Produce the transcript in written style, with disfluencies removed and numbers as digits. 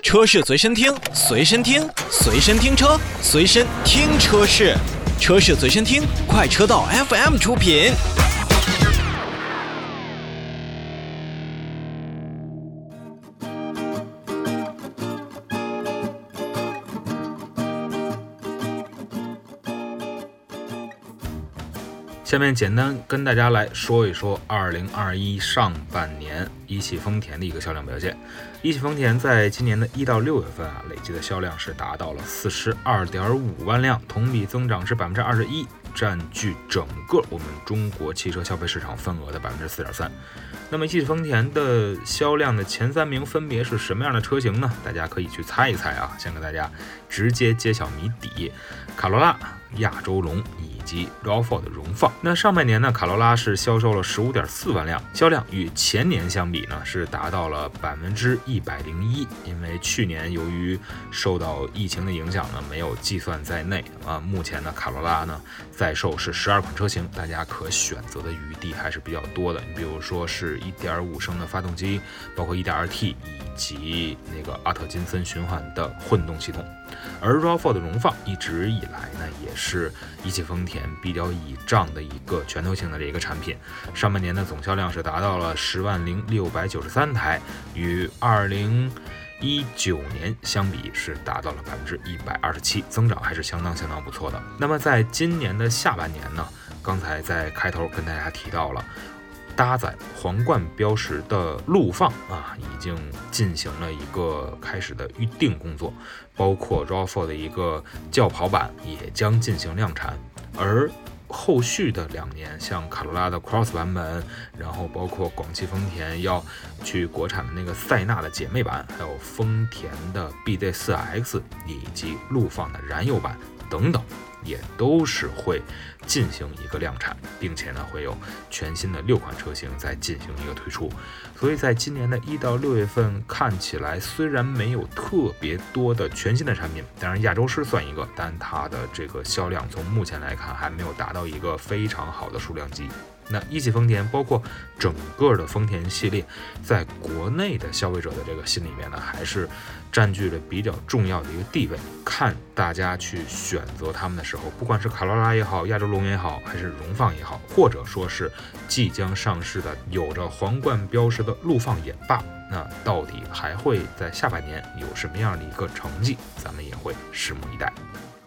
车是随身听，随身听，随身听车，随身听车是，车是随身听，快车道 FM 出品。 下面简单跟大家来说一说2021上半年一汽丰田的一个销量表现。一汽丰田在今年的1到6月份累计的销量是达到了42.5万辆，同比增长是21%，占据整个我们中国汽车消费市场份额的4.3%。那么一汽丰田的销量的前3名分别是什么样的车型呢？大家可以去猜一猜啊，先给大家直接揭晓谜底：卡罗拉、亚洲龙以及 RAV4 的荣放。那上半年呢，卡罗拉是销售了15.4万辆，销量与前年相比呢是达到了101%。因为去年由于受到疫情的影响呢，没有计算在内啊。目前呢，卡罗拉呢在售是12款车型，大家可选择的余地还是比较多的。你比如说是1.5升的发动机，包括 1.2T 以及那个阿特金森循环的混动系统。而 RAV4 的荣放一直以来呢，也是一汽丰田比较倚仗的一个拳头性的这个产品。上半年的总销量是达到了10.693台，与2019年相比是达到了127%，增长还是相当不错的。那么在今年的下半年呢，刚才在开头跟大家提到了，搭载皇冠标识的陆放已经进行了一个开始的预定工作，包括 RAV4 的一个轿跑版也将进行量产，而后续的2年，像卡罗拉的 Cross 版本，然后包括广汽丰田要去国产的那个塞纳的姐妹版，还有丰田的 BZ4X 以及陆放的燃油版等等，也都是会进行一个量产，并且呢会有全新的6款车型再进行一个推出。所以在今年的1到6月份看起来虽然没有特别多的全新的产品，当然亚洲狮算一个，但它的这个销量从目前来看还没有达到一个非常好的数量级。那一汽丰田包括整个的丰田系列在国内的消费者的这个心里面呢，还是占据了比较重要的一个地位。看大家去选择他们的时候，不管是卡罗拉也好，亚洲龙也好，还是荣放也好，或者说是即将上市的有着皇冠标识的陆放也罢，那到底还会在下半年有什么样的一个成绩，咱们也会拭目以待。